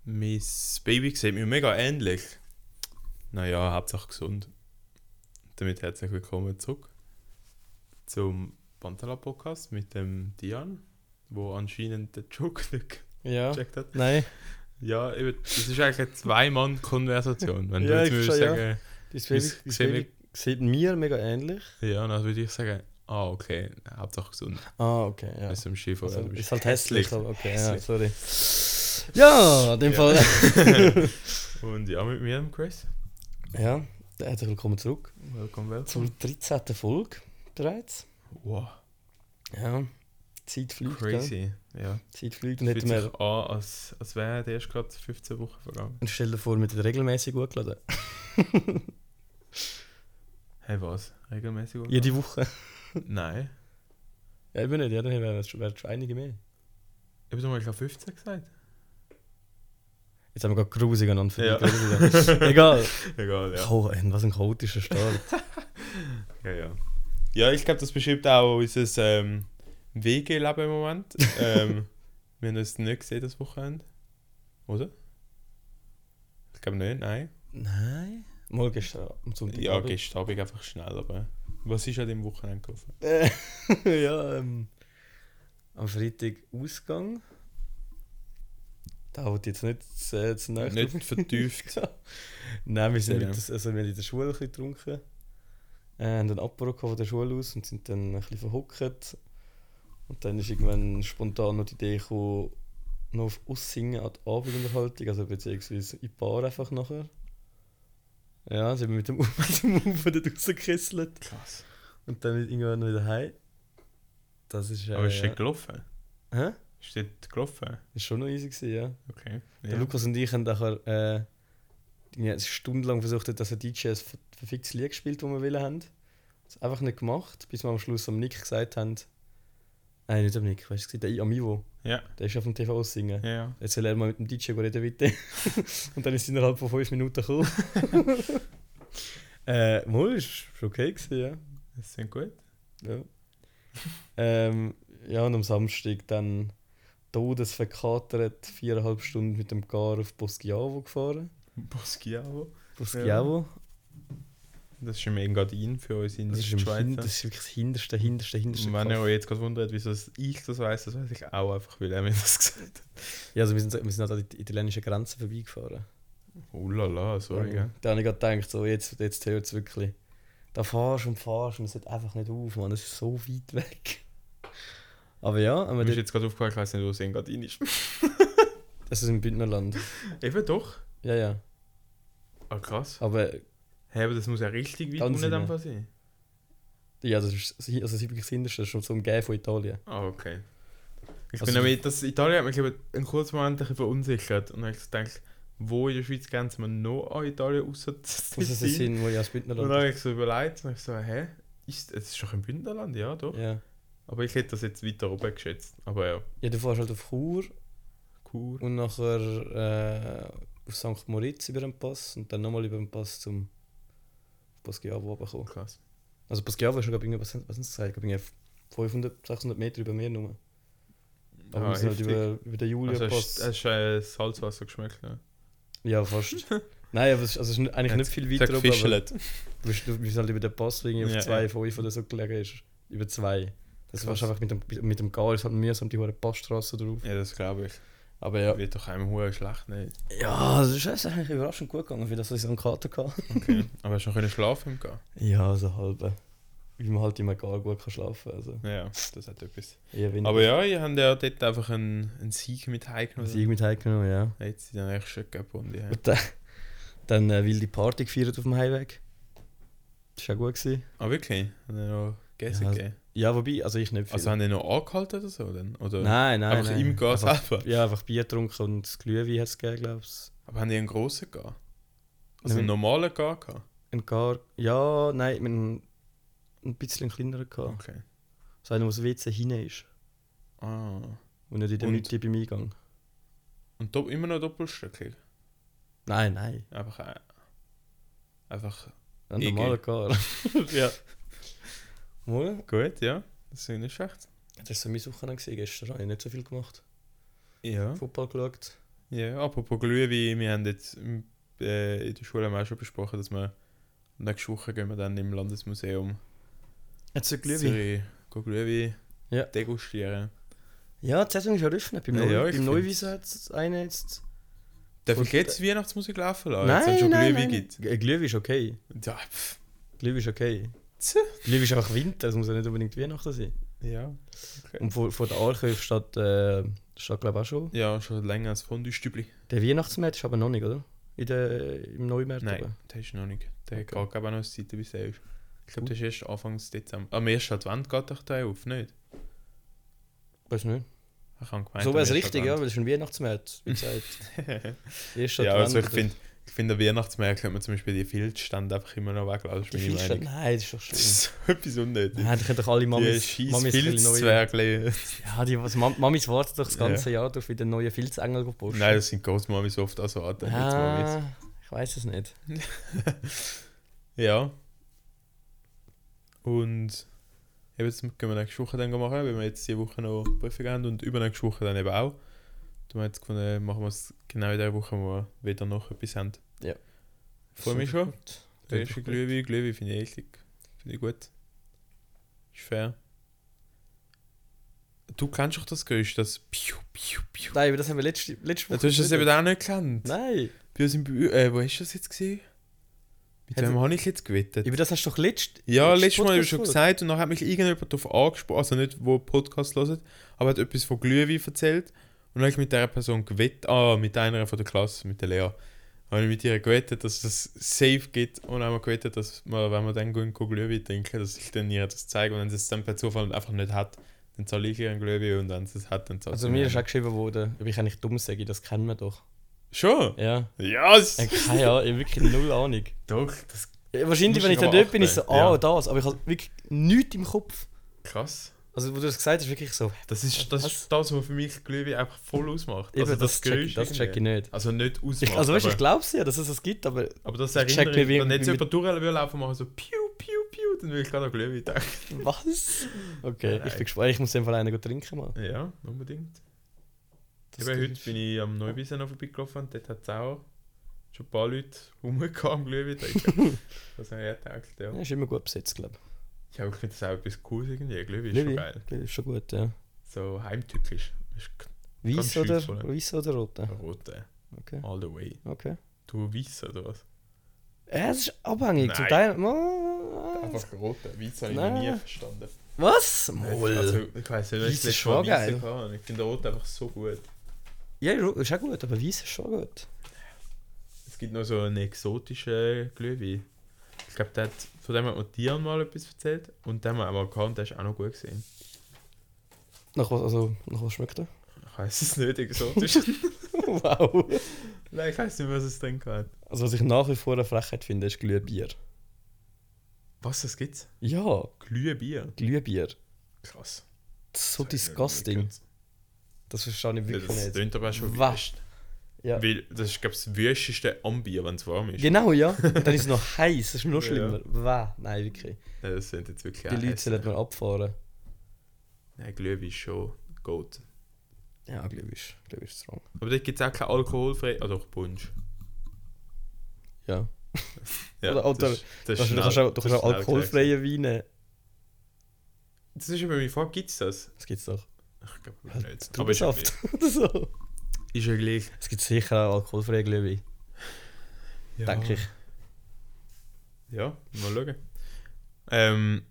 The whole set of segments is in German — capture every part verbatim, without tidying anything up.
Mein Baby sieht mir mega ähnlich. Naja, Hauptsache gesund. Damit herzlich willkommen zurück zum Pantala-Podcast mit dem Dian, wo anscheinend den Joke nicht Ja, gecheckt hat. nein. Ja, eben, das ist eigentlich eine Zwei-Mann-Konversation. Wenn Ja, du ich jetzt würdest verstehe, sagen, Das Baby, Mis- das sehen Baby sieht mir mega ähnlich. ja, dann würde ich sagen, ah, okay, Hauptsache gesund. Ah, okay, ja. Bis zum Schiff oder Also, du bist ist halt hässlich, aber okay, ja, Hässlich. sorry. Ja, in dem Ja. Fall. Und ja, mit mir, Chris. Ja, herzlich willkommen zurück Welcome, welcome. zur dreizehnten Folge bereits. Wow, Ja, die Zeit fliegt, gell? crazy. Ja. Die Zeit fliegt und Fühlt hätten sich wir... an, als, als wäre der erst gerade fünfzehn Wochen vergangen. Und stell dir vor, wir hätten regelmäßig hochgeladen. Hey, was? Regelmäßig? oder? Jede Woche. Nein. Ja, eben nicht, ja, dann wären es schon wären schon einige mehr. Ich habe doch mal fünfzehn gesagt. Jetzt haben wir gerade grusig aneinander Ja. vorbeigeredet. Egal. Egal, ja. Oh, was ein chaotischer Start. Ja, ja. Ja, ich glaube, das beschreibt auch unser ähm, W G-Leben im Moment. ähm, wir haben uns nicht gesehen das Wochenende. Oder? Ich glaube nicht, nein. Nein. Mal gestern am Sonntag. Ja, gestern Abend einfach schnell, aber... Was ist an dem Wochenende gelaufen? Äh, ja, ähm, am Freitag Ausgang. Da wollte ich jetzt nicht äh, zu nahe Nicht drauf- vertieft. Nein, wir sind Ja. mit das, also wir haben in der Schule ein bisschen getrunken. Äh, haben einen Apero gehabt von der Schule aus und sind dann ein bisschen verhockt. Und dann ist irgendwann spontan noch die Idee gekommen, noch auf Aussingen an die Abendunterhaltung, also beziehungsweise in die Bar einfach nachher. Ja, sind wir mit dem, mit dem Ufer dort rausgekesselt. Krass. Und dann irgendwann wieder heim. Das ist. Äh, Aber ist ja. dort gelaufen? Hä? Ist dort gelaufen? Ist schon noch easy gewesen, ja. Okay. Der Ja. Lukas und ich haben nachher äh, irgendwie eine Stunde lang versucht, dass ein D J ein ver- verficktes Lied gespielt, das wir wollen haben. Das hat einfach nicht gemacht, bis wir am Schluss am Nick gesagt haben. Nein, nicht am Nick, weißt du, der am Ivo. Ja. Der ist ja vom T V aussingen. Ja, ja. Jetzt soll er mal mit dem D J reden, bitte. Und dann ist es innerhalb von fünf Minuten gekommen. äh, Mal ist schon okay gewesen, ja. Das sind gut. Ja. ähm, ja, und am Samstag dann todesverkatert viereinhalb Stunden mit dem Car auf Poschiavo gefahren. Boschiavo. Poschiavo, Das ist im Engadin für uns in das, ist im Schweiz. Hin- das ist wirklich das hinterste, hinterste, hinterste Und wenn ihr Kaff. euch jetzt gerade wundert, wieso ich das weiss, das weiß ich auch einfach, weil er mir das gesagt hat. Ja, also wir sind, wir sind halt an die italienische Grenze vorbeigefahren. Oh la la, sorry. Ja. Ja. Da habe ich gerade gedacht, so, jetzt, jetzt hört es wirklich. Da fahrst und fahrst und es hört einfach nicht auf, man. Es ist so weit weg. Aber ja, aber Mir ist dort, jetzt gerade aufgefallen, ich weiss nicht, wo das Engadin ist. das ist im Bündnerland. Eben doch. Ja, ja. Ah, krass. Aber Hey, aber das muss ja richtig weit Ganz unten rein. einfach sein. ja, das ist, also das ist wirklich das Hinterste, das ist schon so umgeben von Italien. Ah, okay. Ich Also bin du- nämlich, das Italien hat mich glaube ich, einen kurzen Moment ein bisschen verunsichert. Und dann habe ich gedacht, wo in der Schweiz grenzen wir noch an Italien außer das Also das sind, wo ja das Und dann Bündnerland habe ich so überlegt und ich so, hä? Ist, es ist doch im Bündnerland, ja doch. Ja. Aber ich hätte das jetzt weiter oben geschätzt. Aber ja, Ja, du fährst halt auf Chur cool. und nachher äh, auf Sankt Moritz über den Pass und dann nochmal über den Pass zum Poschiavo runterkommen. Krass. Also Poschiavo ist schon, glaube ich, was, was haben sie gesagt? Ich glaube, fünfhundert, sechshundert Meter über mir nur. Aber Ah, wir sind halt heftig. über, über den Also Julia-Pass. hast hast du äh, Salzwasser geschmeckt? Ne? Ja, fast. Nein, aber es, also es ist eigentlich nicht viel weiter oben, aber gefischelt. wir sind wir sind halt über den Pass, der irgendwie Ja, auf zwei ja. Komma fünf oder so gelegen ist. Über zwei. Das Krass. war einfach mit dem, mit dem Gas, halt mühsam die hohe Passstraße drauf. Ja, das glaube ich. Aber ja. Wird doch einem Huren schlecht, ne? Ja, das ist es ist eigentlich überraschend gut gegangen, für das, dass ich so einen Kater hatte. Okay. Aber hast du noch können schlafen im Gehen? Ja, so halb. Wie man halt immer gar gut kann schlafen kann. Also, Ja, das hat etwas. eher weniger. Aber ja, ihr habt ja dort einfach einen, einen Sieg mit Ein heimgenommen. Sieg mit heimgenommen, ja. Jetzt in der nächsten Cup-Runde. Ja. Und dann, dann äh, wilde Party gefeiert auf dem Heimweg. Das war auch gut gewesen. Ah, wirklich? Haben die noch gegessen? Ja, gegeben? Ja, wobei, also ich nicht viel. Also haben die noch angehalten oder so? Dann? Oder nein, nein, einfach nein. im Gas einfach, selber? Ja, einfach Bier getrunken und das Glühwein hat es gegeben, glaube ich. Aber haben die einen grossen gehabt? Also Nein. einen normalen gehabt? Ein Gar... Ja, nein, mit einem ein bisschen kleineren gehabt. Okay. So einer, wo das W C hinten ist. Ah. Und nicht in der Und? Mitte beim Eingang. Und do, immer noch doppelstöckig? Nein, nein. Einfach... Äh, einfach... Ein I G. normaler Gar. ja. Mal. Gut, ja. Das ist nicht schlecht. Das war so mein Wochenende gewesen. Gestern habe ich nicht so viel gemacht. Ja. Football geschaut. Ja, apropos Glühwein, wir haben jetzt äh, in der Schule haben wir auch schon besprochen, dass wir nächste Woche gehen wir dann im Landesmuseum Jetzt ein Glühwein. Zürich gehen Glühwein Ja. degustieren. Ja, die Saison ist eröffnet. Beim, Ja, Neu ja, ich beim find's- Neuwiesen hat es einen jetzt... Darf Von- ich jetzt Weihnachtsmusik laufen lassen? Nein, Jetzt, wenn es schon nein, Glühwein nein. gibt. G- Glühwein ist okay. Ja, pff. Glühwein ist okay. Tse. Glühwein ist auch Winter, das muss ja nicht unbedingt Weihnachten sein. Ja. Okay. Und vor, vor der Archiv steht, äh, steht glaube ich auch schon. Ja, schon länger als Fondue-Stübli. Der Weihnachtsmarkt ist aber noch nicht, oder? In der, Im Neumarkt? Nein, aber. der ist noch nicht. Der Okay. geht glaube ich auch noch eine Zeit, bis er ist. Ich glaube, Cool. der ist erst Anfang Dezember. Am ersten Advent geht doch der auf, nicht? Weiß nicht. Ich habe gemeint, So am wäre es ersten richtig, ja, Advent. weil es ist ein Weihnachtsmarkt, wie gesagt. Erster Ja, also ich Advent. finde, ich finde, der Weihnachtsmarkt könnte man zum Beispiel die Filzstände einfach immer noch weglassen. Das Die ist meine Filzstände? Meinung. Nein, das ist doch schön. Das ist so etwas unnötig. Nein, da können doch alle Die Mamis, scheiß Mamis ein bisschen neue... Filzzwergle. Ja, die was, Mam- Mamis warten doch das Ja. ganze Jahr auf wieder neue Filzengel posten. Nein, das sind Großmamis oft also Arten, nicht Mamis. ah, ich weiß es nicht. Ja. Und eben jetzt gehen wir nächste Woche dann machen, weil wir jetzt diese Woche noch Prüfung haben und übernächste Woche dann eben auch. Da haben wir jetzt gefunden, machen wir es genau in der Woche, wo wir wieder noch etwas haben. Ja. Ich freue mich schon. Gut. Der erste Glühwein, Glühwein finde ich eklig. Finde ich gut. Ist fair. Du kennst doch das Geräusch, das Piu, Piu, Piu. Nein, aber das haben wir letzte, letzte Ja, Woche du hast das geredet. eben auch nicht gekannt. Nein, Bei uns im Büro, äh, wo hast du das jetzt gesehen? Mit Hat- wem habe ich jetzt gewettet? aber das hast du doch letzt... Ja, letzte letztes Mal habe ich schon Podcast-Folge. gesagt und dann hat mich irgendjemand darauf angesprochen, also nicht, wo Podcast hört, aber hat etwas von Glühwein erzählt und dann habe ich mit dieser Person gewettet, ah, mit einer von der Klasse, mit der Lea, habe ich mit ihr gewettet, dass es das safe gibt und dann haben wir gewettet, dass wir, wenn wir dann gehen, gehen Glühwein trinken, dass ich dann ihr das zeige und wenn sie es dann per Zufall einfach nicht hat, dann zahle ich ihr einen Glühwein und wenn sie es hat, dann zahlt Also sie mir mir ist auch einen. geschrieben worden, ob ich eigentlich dumm sage, das kennen wir doch. Schon? Ja. Ja, es- Ja, keine Ahnung, ich habe wirklich null Ahnung. doch, das Ja, wahrscheinlich, Musst wenn ich du da mal dort bin, ist so, achten. ah, Ja. das, aber ich habe wirklich nichts im Kopf. krass. Also, wo du das gesagt hast, wirklich so, Das ist das, Was? ist das was für mich Glühwein einfach voll ausmacht. eben, Also das, check, Geräusch das check ich irgendwie. nicht. Also nicht ausmacht, Ich, also weißt du, aber, ich glaube es ja, dass es das gibt, aber aber das ich check erinnert nicht, mich, wie- wenn jetzt wie- jemand durchlaufen machen, machen so piu, piu, piu, dann will ich gerade an Glühwein denken. was? Okay, Nein. ich bin gespannt, ich muss den Fall einen trinken mal. Ja, unbedingt. Das Eben, ist- heute bin ich am Neuwiesen noch vorbeigelaufen und dort hat es auch schon ein paar Leute rumgehabt am Glühwein trinken. Das habe ich auch gedacht, ja. Ja, ist immer gut besetzt, glaube ich. Ja, ich finde das auch etwas Cooles irgendwie. Glühwein ist Glühwein? schon geil. Glühwein ist schon gut, ja. So heimtückisch. Ist Weiß Ganz oder, schön, oder? weiß oder rote? rote. Okay, All the way. okay. Du weiss oder was? Ja, es ist abhängig. Zum Nein. Teil... Oh, Einfach rote. Weiss habe ich Nein. noch nie verstanden. was? Moll. Also, ich weiss nicht, Weiss was ist ich schon schon geil. geil kann. Ich finde rot einfach so gut. Ja, ist auch gut, aber weiß ist schon gut. Es gibt noch so einen exotischen Glühwein. Ich glaube, der hat, von dem hat mir Dian mal etwas erzählt. Und den haben wir auch mal gehabt und der ist auch noch gut gesehen. Nach was, also, nach was schmeckt er? Ich weiss es nicht, exotisch. Wow. Nein, ich weiss nicht, was es drin hat. Also was ich nach wie vor eine Frechheit finde, ist Glühbier. Was, das gibt's? Ja, Glühbier. Glühbier. Krass. Das ist so Das hab ich noch nie disgusting. gehört. Das verstehe ich Ja, wirklich das nicht. klingt aber auch schon Was? wüst. Ja. Weil das ist, glaube ich, das wüsteste am Bier, wenn es warm ist. Genau, ja. Und dann ist es noch heiß, das ist noch Ja. schlimmer. Wow. Nein, wirklich. Ja, das sind jetzt wirklich Die auch Leute hässlich. sollen mal abfahren. Nein, Glühwein ist schon gut. Ja, Glühwein ist, Glühwein ist strong. Aber dort gibt es auch kein alkoholfrei. Ah doch, Punsch. Ja. Ja, Oder- oder- das, ist- das Du ist kannst, du kannst auch, du das kannst ist auch schnell alkoholfreie Weine. gesagt. Das ist über meine Frage, gibt es das? Das gibt's doch. Ich glaube nicht. Aber Aber ist ja, Traubensaft oder so. gleich. ist ja gleich. Es gibt sicher auch alkoholfreie Glühwein, Ja. denke ich. Ja, mal schauen. Ähm,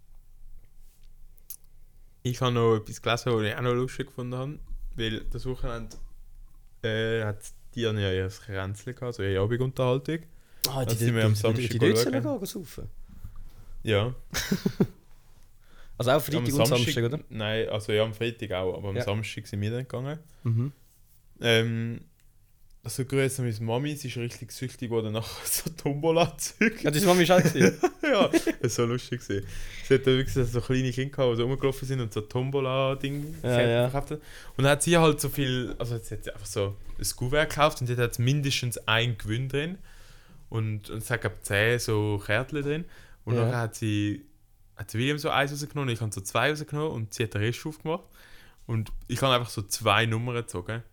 ich habe noch etwas gelesen, was ich auch noch lustig gefunden habe. Weil das Wochenende äh, hat Diana ja ihr Kränzchen gehabt, also ihre Abendunterhaltung. Ah, Also sind wir am Samstag die, die, die schauen. sollen gehen, gehen saufen. Ja. Also auch Freitag und Samstag, oder? Nein, also ja, am Freitag auch, aber am Ja. Samstag sind wir dann gegangen. Mhm. Ähm, also grüß an meine Mami, sie ist richtig süchtig geworden nach so Tombola-Zeug. Ja, das war mir auch gewesen. Ja, das war so lustig gewesen. Sie hat dann wirklich so kleine Kinder gehabt, die so rumgelaufen sind und so Tombola-Ding Ja, ja. verkauft haben. Und dann hat sie halt so viel, also sie hat einfach so ein Kuvert gekauft und dort hat mindestens ein Gewinn drin. Und, und es hat glaube zehn so Kärtchen drin. Und Ja. dann hat sie, hat sie William so eins rausgenommen, ich habe so zwei rausgenommen und sie hat den Rest aufgemacht. Und ich habe einfach so zwei Nummern gezogen.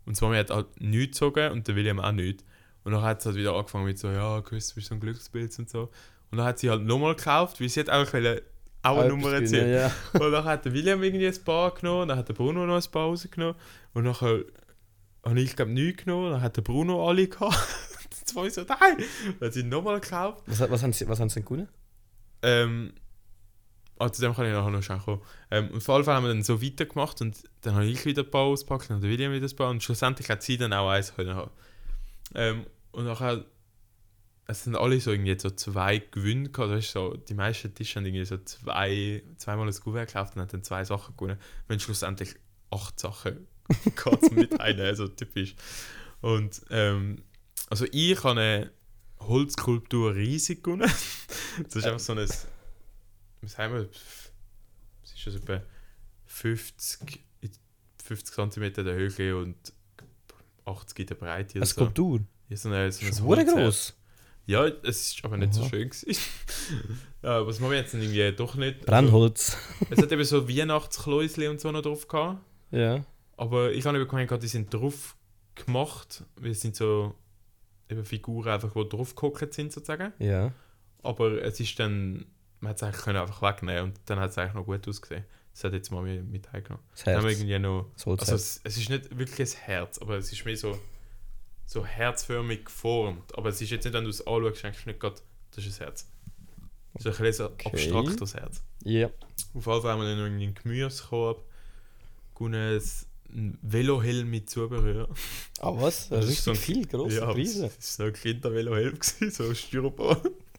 Und zwar, mir hat halt nichts gezogen und der William auch nichts. Und dann hat es halt wieder angefangen mit so, ja, Chris, du bist so ein Glückspilz und so. Und dann hat sie halt nochmal gekauft, weil sie hat auch eine, auch eine Nummer erzählt. Ja, ja. Und dann hat der William irgendwie ein paar genommen, dann hat der Bruno noch ein paar rausgenommen. Und dann habe ich, glaube nichts genommen, dann hat der Bruno alle gehabt. Jetzt war ich so, nein! Dann hat sie nochmal gekauft. Was, was, haben sie, was haben sie denn gewonnen? Ähm, ah, zu dem kann ich nachher noch schnell kommen. Ähm, und vor allem haben wir dann so weitergemacht und dann habe ich wieder ein paar ausgepackt und der William wieder ein paar und schlussendlich hat sie dann auch eins können haben. Ähm, und nachher, es sind alle so irgendwie so zwei Gewinne gehabt, weißt, so, die meisten Tische haben irgendwie so zwei, zweimal ein Kuvert gekauft und haben dann zwei Sachen gewonnen. Wir haben schlussendlich acht Sachen gehabt mit einer, so typisch. Und ähm, also ich habe eine Holzskulptur riesig gewonnen. Das ist einfach so ein, was sagen wir, es ist also etwa fünfzig, fünfzig Zentimeter in der Höhe und achtzig in der Breite. Eine Skulptur? Ja, so eine, so ein Holzherz. Groß. Ja, es ist aber nicht Aha. so schön gewesen. Ja, was machen wir jetzt irgendwie doch nicht? Brennholz. Also, es hat eben so Weihnachtskläusli und so noch drauf gehabt. Ja. Aber ich habe eben gemeint, die sind drauf gemacht, weil es sind so eben Figuren einfach, die drauf gehockt sind sozusagen. Ja. Aber es ist dann, man hat es eigentlich können einfach wegnehmen und dann hat es eigentlich noch gut ausgesehen. Das hat jetzt mal mit, mit heimgenommen. Das Dann haben wir Herz. irgendwie noch, Das Holzherz. also es, es ist nicht wirklich ein Herz, aber es ist mehr so, so herzförmig geformt. Aber es ist jetzt nicht, wenn du es anschaust, denkst du nicht gerade, das ist ein Herz. Das ist ein bisschen Okay. abstraktes Herz. Ja. Auf jeden Fall haben wir dann noch irgendwie einen Gemüsekorb, einen Velohelm mit Zubehör. Ah, was? Das, Das ist ist so ein- viel grosse Ja, Preise. das war so ein Kinder-Velohelm, so aus Styropor.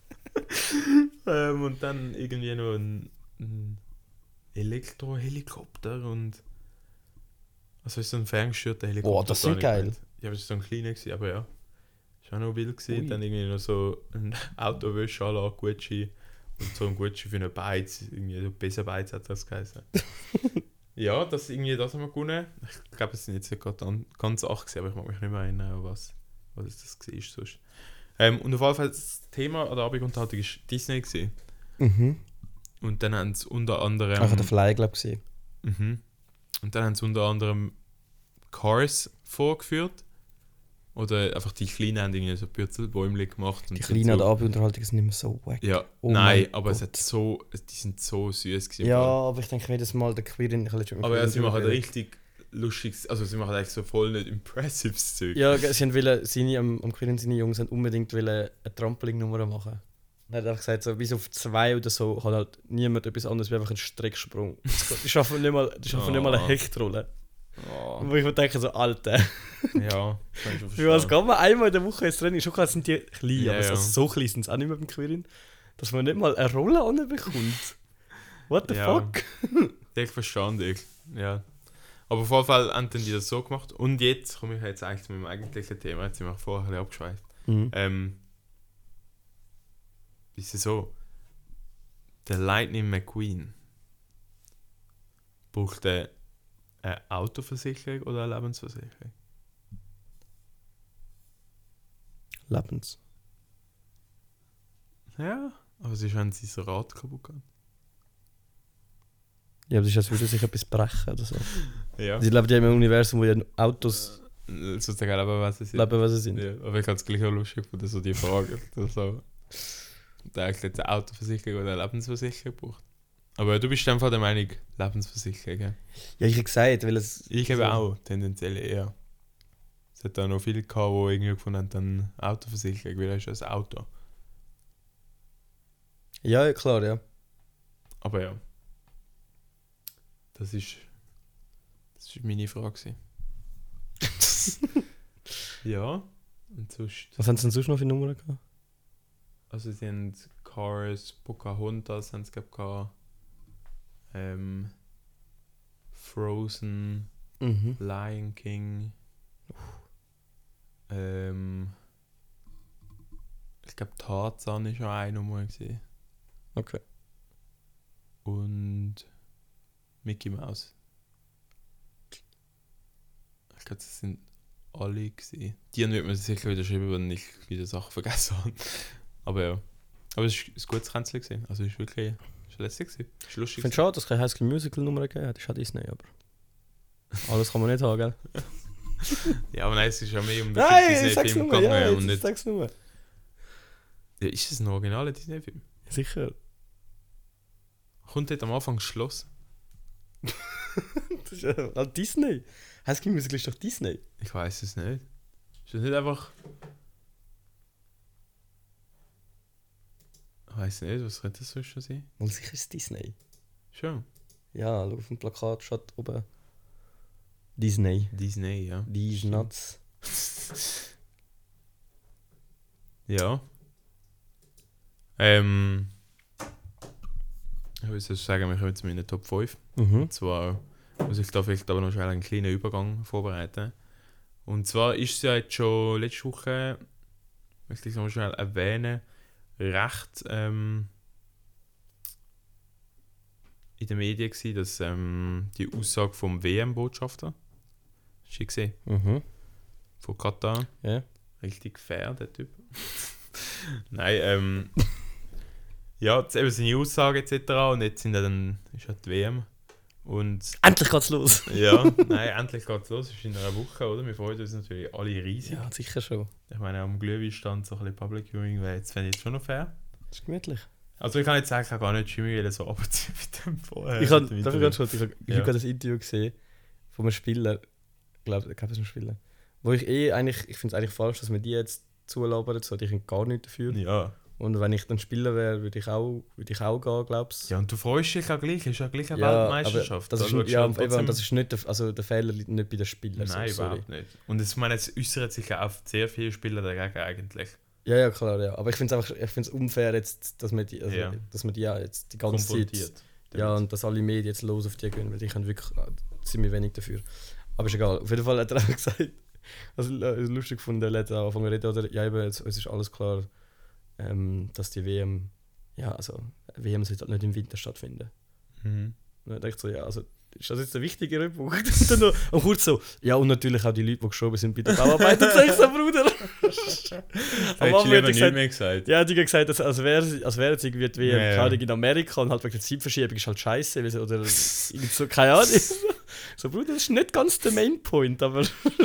ähm, und dann irgendwie noch ein, ein Elektrohelikopter und also ist so ein ferngesteuerter Helikopter. Boah, das da sind habe ich geil. gemeint. Ja, aber es war so ein kleiner, gewesen, aber ja. Ist auch noch wild gewesen. Ui. Dann irgendwie noch so ein Autowäschanlage, Gucci und so ein Gucci für eine Beiz. Irgendwie so Besenbeiz hat das geheißen. Ja, das irgendwie, das haben wir gewonnen. Ich glaube, es sind jetzt nicht gerade an- ganz acht gewesen, aber ich mag mich nicht mehr erinnern, was, was das war sonst. Ähm, und auf jeden Fall das Thema an der Abendunterhaltung war Disney gewesen. Mhm. Und dann haben sie unter anderem... Ich habe den Fly, glaube ich, gesehen. Mhm. Und dann haben sie unter anderem Cars vorgeführt. Oder einfach die Kleinen haben irgendwie so Bürzelbäumchen gemacht. Und Die sind Kleinen an der so, Abendunterhaltung sind nicht mehr so wack. ja, Oh nein, mein aber es Gott. hat so, die sind so süß gewesen. Ja, aber ich denke jedes Mal, der Quirin... Ich habe schon Aber ja, sie machen richtig lustiges, also sie machen eigentlich so voll nicht impressives Zeug. Ja, sie haben wollen, seine, am, am Quirin, seine Jungs haben unbedingt wollen eine Trampolinnummer machen. Er hat einfach gesagt, so, bis auf zwei oder so kann halt niemand etwas anderes wie einfach einen Strecksprung. Die schaffen nicht mal, die schaffen nicht mal eine Oh. Hechtrolle. Oh, Wo ich mir denke, so, Alter, ja, kann ich schon für was verstehen. kann man einmal in der Woche ins Training? Schon klar sind die klein, Ja, aber so, ja. so klein sind sie auch nicht mehr beim Quirin, dass man nicht mal eine Rolle anbekommt. What the Ja. fuck? Ich verstand ich. Ja. Aber auf jeden Fall haben dann die das so gemacht. Und jetzt komme ich jetzt eigentlich zu meinem eigentlichen Thema. Jetzt sind wir vorher ein bisschen abgeschweift. Mhm. Ähm, ist es so, der Lightning McQueen braucht er eine Autoversicherung oder eine Lebensversicherung? Lebens. Ja, aber es ist, wenn sein Rad kaputt geht. Ja, aber das ist, als würde sich etwas brechen oder so. Ja. Sie leben ja im Universum, wo ja Autos Sozusagen aber was es ist. leben, was sie sind. Ja, aber ich habe es gleich auch lustig gefunden, so die Frage. So, der eigentlich jetzt eine Autoversicherung oder eine Lebensversicherung braucht. Aber du bist in dem Fall der Meinung, Lebensversicherung. Gell? Ja, ich habe gesagt, weil es... Ich eben so- auch, tendenziell eher. Es hat da noch viele gehabt, die irgendwie gefunden haben, dann Autoversicherung, weil das ist ein Auto. Ja, klar, ja. Aber ja. Das ist. Das ist meine Frage. gewesen. Ja. Und sonst. Was haben sie denn sonst noch für Nummern gehabt? Also sie haben Cars, Pocahontas haben sie glaub, gehabt. Ähm, Frozen, Mhm. Lion King. Ähm, ich glaube Tarzan ist auch eine Nummer gewesen. Okay. Und Mickey Mouse. Ich glaube, das sind alle gewesen. Die wird man sicher wieder schreiben, wenn ich wieder Sachen vergessen habe. Aber ja. Aber es war ein gutes Kränzchen gewesen. Also es ist wirklich es ist lässig gewesen. Es ist Ich lustig. finde es schade, dass es keine High School Musical Nummer gegeben hat. Das ist halt Disney, aber... Alles kann man nicht haben, gell? Ja, aber nein, es ist ja mehr um den Nein, sag's Disney-Film nur, gegangen. ja, und jetzt nicht, sag's nur. ja, ist das ein originaler Disney-Film? Sicher. Kommt dort am Anfang das Schloss? Das ist ja ah, Disney. Heißt die Musik ist doch Disney. Ich weiß es nicht. Ist das nicht einfach... Ich weiß nicht, was könnte das sonst schon sein? Und sicher ist es Disney. Schon. Ja, schau, auf dem Plakat steht oben Disney. Disney, ja. These nuts. Ja. Ähm... Ich würde sagen, wir kommen zu meinen Top fünf. Mhm. Und zwar muss ich da vielleicht aber noch schnell einen kleinen Übergang vorbereiten. Und zwar ist es ja jetzt schon letzte Woche, möchte ich noch schnell erwähnen, recht ähm, in den Medien gewesen, dass ähm, die Aussage vom W M-Botschafter, hast du gesehen, Mhm. von Katar, Ja. richtig fair, der Typ. Nein, ähm, ja, jetzt eben seine Aussage et cetera. Und jetzt sind ja dann, ist ja die W M. Und Endlich geht's los. ja, nein, endlich geht's los. Es ist in einer Woche, oder? Wir freuen uns natürlich alle riesig. Ja, sicher schon. Ich meine, am Glühweinstand so ein bisschen Public Viewing wäre jetzt, fände ich jetzt schon noch fair. Das ist gemütlich. Also ich kann jetzt sagen, ich kann gar nicht Jimmy so abziehen mit dem vorher. ich habe mit dem darf ich Interview. ganz kurz, ich habe Ja. gerade ein Interview gesehen von einem Spieler, ich glaube, ich glaube, es ist ein Spieler, wo ich eh eigentlich, ich finde es eigentlich falsch, dass man die jetzt zulabert, so, die können gar nichts dafür. Ja. Und wenn ich dann Spieler wäre, würde ich auch, würde ich auch gehen, glaubst du? Ja, und du freust dich auch gleich, es ist ja gleich eine Ja, Weltmeisterschaft. aber das Da ist, schaust ja, du halt eben, trotzdem- das ist nicht der, also der Fehler liegt nicht bei den Spielern. Nein, so, sorry. überhaupt nicht. Und es, ich meine, es äußert sich ja auf sehr viele Spieler dagegen eigentlich. Ja, ja, klar, ja. Aber ich finde es einfach, ich finde es unfair jetzt, dass man die, also, Ja. dass man die ja jetzt die ganze Zeit, Konfrontiert. ja, und dass alle Medien jetzt los auf die gehen, weil die können wirklich äh, ziemlich wenig dafür. Aber ist egal. Auf jeden Fall hat er auch gesagt, also äh, lustig gefunden, er hat am Anfang reden, oder, ja eben, jetzt, es ist alles klar, ähm, dass die W M, ja, also W M sollte halt nicht im Winter stattfinden. Mhm. Und dann dachte ich so, ja, also ist das jetzt ein wichtigerer Punkt? Und dann noch, und kurz so, ja, und natürlich auch die Leute, die gestorben sind bei der Bauarbeit. Und sag ich so, Bruder. Hättest Am du Anfang lieber hat er nicht gesagt, mehr gesagt. ja, die haben gesagt, als, als wäre es als wär irgendwie die W M Ja, ja. keine Ahnung, in Amerika und halt wegen der Zeitverschiebung ist halt scheiße. Weil sie- Oder irgend so, keine Ahnung. So, Bruder, das ist nicht ganz der Mainpoint, aber.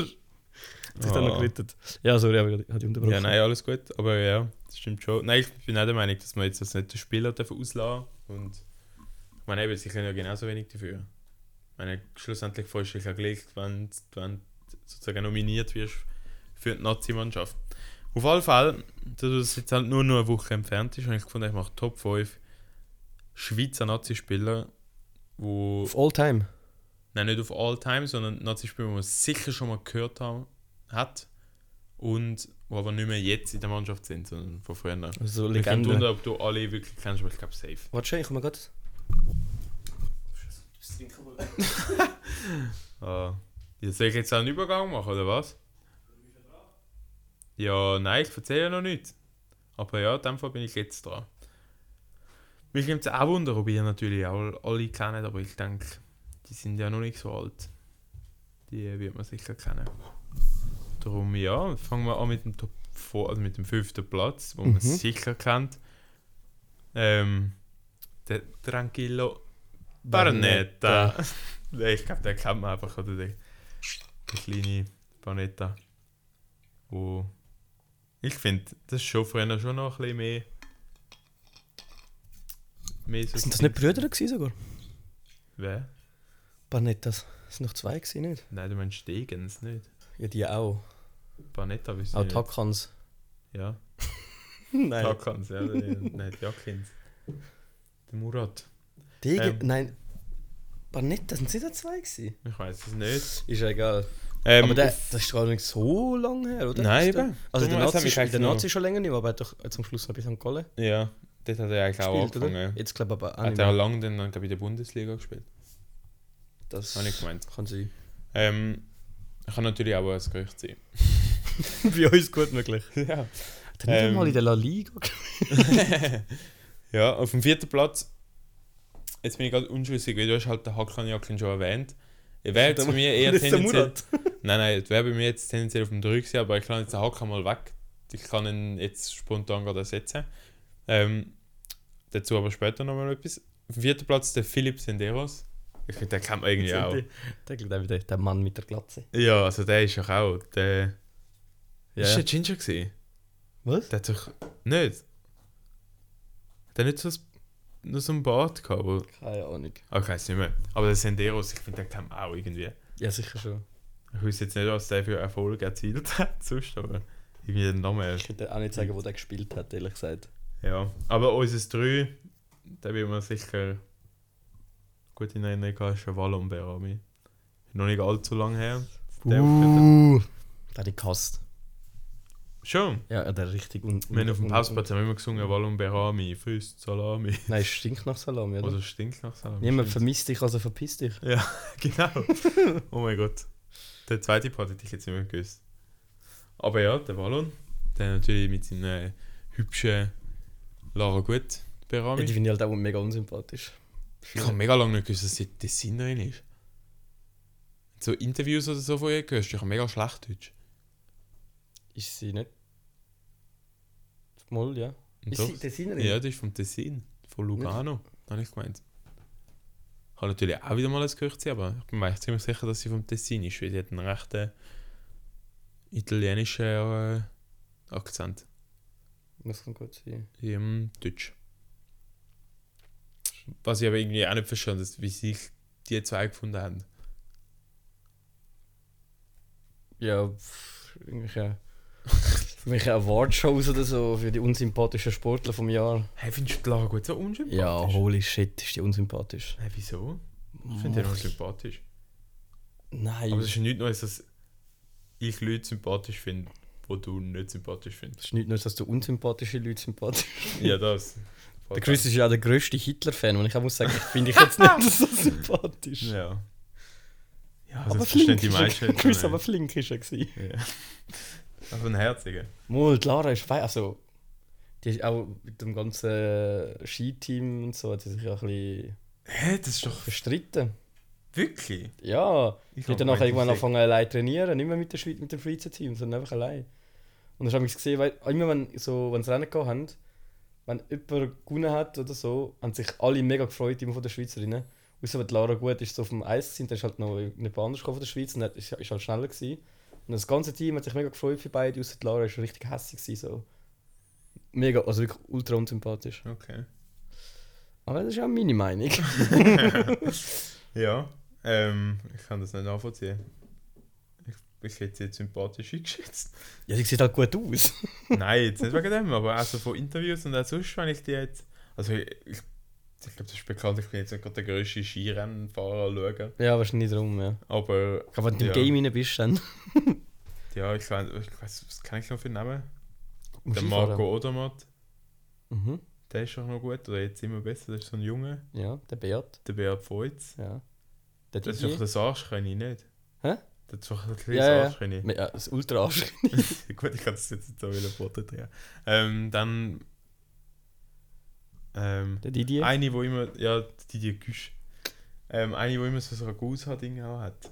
Hat sich dann noch Ah. gerettet. Ja, sorry, aber ich hatte unterbrochen. Ja, nein, alles gut. Aber ja, das stimmt schon. Nein, ich bin auch der Meinung, dass man jetzt das nicht den Spieler dürfen auslassen. Und ich meine, eben, sie können ja genauso wenig dafür. Ich meine, schlussendlich freust du dich ja gleich, wenn, wenn du sozusagen nominiert wirst für die Nazi-Mannschaft. Auf jeden Fall, da das jetzt halt nur noch eine Woche entfernt ist, habe ich gefunden, ich mache Top fünf Schweizer Nazi-Spieler, wo... Auf all time. Nein, nicht auf all time, sondern Nazi-Spieler, die man sicher schon mal gehört haben, hat und die aber nicht mehr jetzt in der Mannschaft sind, sondern von früher. Also so Ich finde Legende. wundern, ob du alle wirklich kennst, aber ich glaube safe. Warte schon, ich komme gerade. Ah. Ja, soll ich jetzt auch einen Übergang machen, oder was? Ja, nein, ich erzähle ja noch nicht. Aber ja, in dem Fall bin ich jetzt dran. Mich nimmt es auch Wunder, ob ihr natürlich auch alle kennt, aber ich denke, die sind ja noch nicht so alt. Die wird man sicher kennen. Darum ja, fangen wir an mit dem Top vier, also mit dem fünften Platz, wo Mhm. man sicher kennt. Ähm, der Tranquillo Barnetta. Ich glaube, den kennt man einfach, oder? Der, der kleine Barnetta. Wo ich finde, das ist schon früher schon noch ein bisschen mehr. mehr so Sind das nicht Brüder gewesen sogar? Wer? Barnettas. Das sind noch zwei gewesen, nicht? Nein, du meinst Degens nicht. Ja, die auch. Barnetta wissen Auch wir nicht. Takans. Ja, Nein. Takans, ja. der- Nein, Jakins. Der Murat. Dege, Ähm. nein. Barnetta, sind sie da zwei gewesen? Ich weiß es nicht. Ist ja egal. Ähm, aber der, auf- das ist gar nicht so lange her, oder? Nein, Ist der- eben. Also Darum, der es hat Nazi, mich der eigentlich Nazi schon länger nicht, aber er hat doch zum Schluss noch bei Sankt Gallen Ja, dort hat er eigentlich auch gespielt, oder? angefangen. Jetzt glaube ich aber auch Hat nicht er auch mehr. lange dann, dann glaub ich, in der Bundesliga gespielt. Das Habe ich gemeint. kann sein. Ähm, kann natürlich auch ein Gerücht sein. Bei uns gut möglich. ja. Hat er nicht Ähm. mal in der La Liga Ja, auf dem vierten Platz. Jetzt bin ich gerade unschlüssig, weil du hast halt den Hakan Jakin schon erwähnt. Er wäre jetzt bei mir eher Das ist der tendenziell... Murat. Nein, nein, wäre bei mir jetzt tendenziell auf dem drei gewesen, aber ich kann jetzt den Hakan mal weg. Ich kann ihn jetzt spontan gerade ersetzen. Ähm, dazu aber später nochmal etwas. Auf dem vierten Platz der Philipp Senderos. Ich finde, den kennt man irgendwie auch. Der, der, der, der Mann mit der Glatze. Ja, also der ist doch auch. Der. Ja. Ist der Ginger gewesen? Was? Der hat doch. Nicht. Hat der nicht so, ein, nur so einen Bart gehabt? Wo, Keine Ahnung. ah, ich weiß nicht mehr. Aber der Senderos, ich finde, den kennt man auch irgendwie. Ja, sicher schon. Ich weiß jetzt nicht, was der für Erfolg erzielt hat, sonst, aber irgendwie den Namen. Ich könnte auch nicht sagen, wo der gespielt hat, ehrlich gesagt. Ja, aber unser drei, da will man sicher gut in Erinnerung haben, ist Wallon Berami. Noch nicht allzu lange her. Der Uh, der hat ich gehasst. Schon? Ja, der richtig un... Wir haben auf dem un- Pausplatz haben wir immer gesungen, Wallon Berami, Füßt, Salami. Nein, es stinkt nach Salami, oder? Oder stinkt nach Salami. Niemand stimmt. vermisst dich, also verpiss dich. Ja, genau. Oh mein Gott. Der zweite Part hätte ich jetzt nicht mehr gewusst. Aber ja, der Wallon, der natürlich mit seinen hübschen Lara Gut Ja, Berami. die finde ich halt auch mega unsympathisch. Ich habe mega lange nicht gewusst, dass sie Designerin ist. So Interviews oder so von ihr gehört, ich habe mega schlecht Deutsch. Ist sie nicht? Moll, ja. Und Ist doch- sie Designerin? Ja, die ist vom Tessin, von Lugano, habe ich gemeint. Ich habe natürlich auch wieder mal ein Gerücht, aber ich bin mir echt ziemlich sicher, dass sie vom Tessin ist, weil sie hat einen rechten italienischen äh, Akzent Das kann gut sein. im Deutsch. Was ich aber irgendwie auch nicht verstanden habe, wie sich die zwei gefunden haben. Ja, pff, irgendwelche... irgendwelche Awardshows oder so für die unsympathischen Sportler vom Jahr. Hey, findest du die Lara Gut so unsympathisch? Ja, holy shit, ist die unsympathisch. Hey, wieso? Ich finde die noch sympathisch. Nein, Aber es ist nicht nur, dass ich Leute sympathisch finde, die du nicht sympathisch es findest. ist nicht nur, dass du unsympathische Leute sympathisch Ja, das. Der Chris ist ja auch der grösste Hitler-Fan und ich muss sagen, ich finde ich jetzt nicht so sympathisch. Ja. Ja, Aber das flink verstehen die ist er, meisten. Chris, nicht. aber flink ist er gewesen. Ja. Aber ein Herziger. Mal, die Lara ist fein, also die ist auch mit dem ganzen Skiteam und so hat sie sich auch ein bisschen Hä, das ist doch verstritten. wirklich. Ja, Ich die hat dann nachher irgendwann angefangen allein zu trainieren, nicht mehr mit, der Schweiz, mit dem Schweizer Team, sondern einfach allein. Und dann habe ich gesehen, weil immer wenn so, wenn sie Rennen gehabt haben, wenn jemand gewonnen hat oder so, haben sich alle mega gefreut, immer von der Schweizerinnen. Außer wenn die Lara gut ist, so auf dem Eis sind, dann ist halt noch nicht anders gekommen von der Schweiz und ist, ist halt schneller gewesen. Und das ganze Team hat sich mega gefreut für beide, außer die Lara ist richtig hässlich gewesen, so. Mega, also wirklich ultra unsympathisch. Okay. Aber das ist auch meine Meinung. Ja, ähm, ich kann das nicht nachvollziehen. Ich, ich hätte sie jetzt sympathisch eingeschätzt. Ja, sie sieht halt gut aus. Nein, jetzt nicht wegen dem, aber auch so von Interviews und auch sonst, wenn ich die jetzt. Also, ich, ich, ich glaube, das ist bekannt, ich bin jetzt nicht gerade der grösste Skirennfahrer schauen. Ja, wahrscheinlich drum, ja. Aber. Aber wenn du ja, im Game rein bist, dann... Ja, ich weiß, ich weiß, was kann ich noch für Namen? Um Der Skifahren. Marco Odermatt, Mhm. der ist auch noch gut, oder jetzt immer besser, das ist so ein Junge. Ja, der Beat. Der Beat Voits. Ja. Der Das ist Didier. doch das Arschkönig, nicht? Hä? Das ist doch ein kleines Ja, ja. Arschkönig. Ja, das Ultra-Arsch. Gut, ich kann das jetzt nicht so wieder porträtieren. Ähm, dann. Ähm, Der Didier. eine, wo immer. Ja, die die Güsch. Ähm, eine, wo immer so ein Ragusa-Ding auch hat.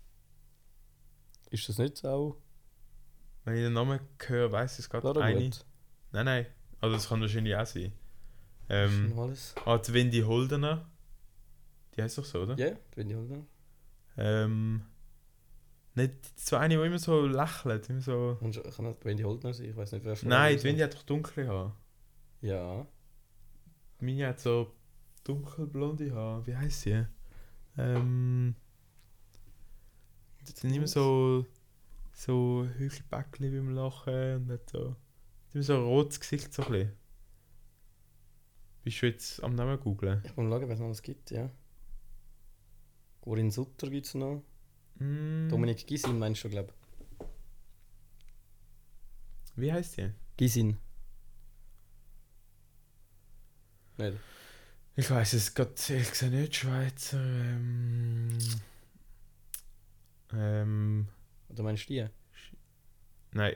Ist das nicht auch? Wenn ich den Namen höre, weiß ich es gerade. Lara Eine. gut. Nein, nein. Also, das kann wahrscheinlich auch sein. Ist Ähm, noch alles? ah, die Wendy Holdener. Die heißt doch so, oder? Ja, wenn ich halt Ähm. Nicht so eine, die immer so lächelt. Immer so. noch. Kann auch Wendy Holdner sein, ich weiß nicht, wer von Nein, denen die Wendy hat doch dunkle Haare. Ja. Meine hat so dunkelblonde Haare. Wie heisst sie? Ähm. Die sind immer so. So höhere Bäckchen beim Lachen und hat so. Immer so ein rotes Gesicht so ein bisschen. Bist du jetzt am Namen googeln? Ich muss schauen, wer es noch alles gibt, ja. Corinne Sutter gibt es noch. Mm, Dominik Gisin meinst du, glaube Wie heisst die? ich. Gisin. Nicht? Ich weiß es gerade ehrlich gesagt nicht. Schweizer. Ähm. Ähm. Oder meinst du die? Nein.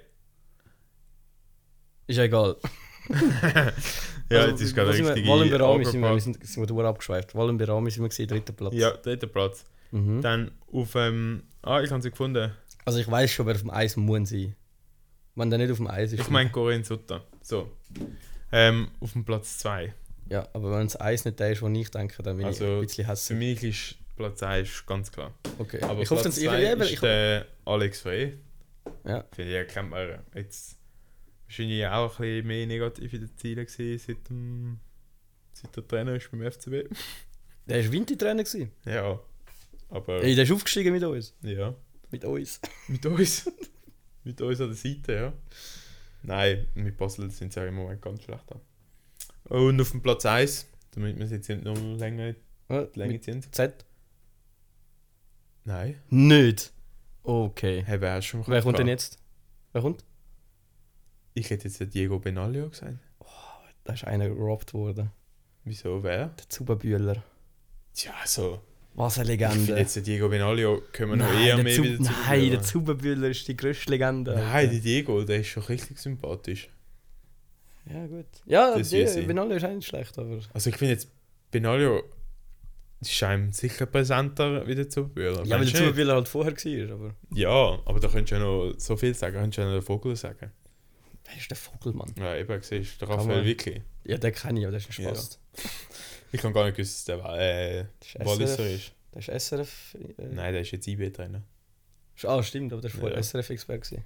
Ist ja egal. Ja, Also, jetzt ist gerade was sind wir- richtig. Wallen Berami sind wir, wir sind, sind wir durch abgeschweift. Wallen Berami sind wir gesehen, dritter Platz. Ja, dritter Platz. Mhm. Dann auf ähm. Ah, ich habe sie gefunden. Also ich weiß schon, wer auf dem Eis muss sein. Wenn der nicht auf dem Eis ist. Ich meine Corinne Sutter. So. Ähm, auf dem Platz zwei. Ja, aber wenn das Eis nicht der ist, wo ich denke, dann bin ich Also, ein bisschen Für hässlich. mich ist Platz eins, ganz klar. Okay. Aber ich hoffe, Platz dass ihr zwei eben. ist Ich, der Alex Frey. ja. Finde ich, kennt man jetzt wahrscheinlich auch ein bisschen mehr negativ in den Zielen gewesen, seit, dem, seit der Trainer ist beim F C B. Der war Wintertrainer. gewesen. Ja, aber Ey, der ist aufgestiegen mit uns. ja, Mit uns. mit uns. Mit uns an der Seite, ja. Nein, mit Basel sind sie ja im Moment ganz schlecht an. Und auf dem Platz eins, damit wir es jetzt nicht noch länger Ja, Länge mit sind. Z. Nein. Nicht. Okay. Hey, wer hast schon Wer kommt denn gehabt? jetzt? Wer kommt? Ich hätte jetzt den Diego Benaglio gesagt. Da ist einer gerobbt worden. Wieso, wer? Der Zuberbühler. Tja, so. Was eine Ich finde Legende. jetzt den Diego Benaglio können wir noch Nein, eher der mehr Zu- wieder zu Nein, der Zuberbühler ist die grösste Legende. Nein, Alter. der Diego, der ist schon richtig sympathisch. Ja, gut. Ja, Das die, weiß ich. Benaglio ist auch nicht schlecht, aber... Also ich finde jetzt, Benaglio ist einem sicher präsenter wie der Zuberbühler. Ja, weil Meinst der du nicht? Zuberbühler halt vorher war, aber... Ja, aber da könntest du ja noch so viel sagen. Könntest du ja noch den Vogel sagen. Der ist der Vogelmann. Ja, eben, siehst du, der Kann Raphael man- Vicky. Ja, den kenne ich, aber der ist ein Ja. Spaß. Ich kann gar nicht wissen, dass der äh, Das ist Walliser S R F. ist. Der ist S R F... Äh, Nein, der ist jetzt I B-Trainer. Ah, stimmt, aber der war vorher Ja. S R F-Expert. gewesen.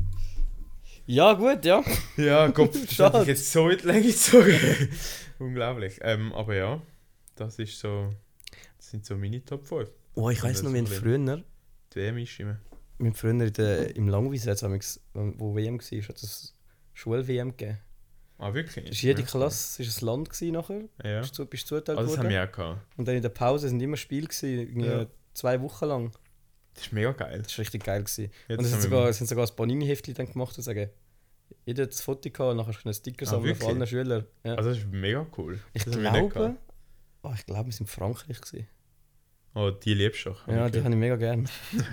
Ja, gut, ja. Ja, Gott, das Schade. hat mich jetzt so in die Länge gezogen. Unglaublich. Ähm, aber ja, das ist so. Das sind so meine Top fünf. Oh, ich weiss noch, wir haben Das früher... Die W M ist immer. Wir haben früher in der, im Langwiese, jetzt, wo W M war, hat es Schul-W M gegeben. Ah, wirklich? Das ist jede Ja. Klasse ist ein Land gewesen nachher. Ja. Bist du bist zugeteilt Ah, das haben worden. wir auch gehabt. Und dann in der Pause sind immer Spiele gewesen, irgendwie Ja. zwei Wochen lang. Das ist mega geil. Das war richtig geil gewesen. Jetzt und es haben sind wir- sogar, es sind sogar ein Panini-Heftchen dann gemacht und sagen, jeder hat das Foto gehabt und nachher hast du einen Sticker Ah, sammeln von wirklich? allen Schülern. Ja. Also, das ist mega cool. ich Das haben wir nicht glaube, gehabt. oh, ich glaube, wir sind in Frankreich gewesen. Oh, die liebst du doch. Ja, die habe ich mega gern.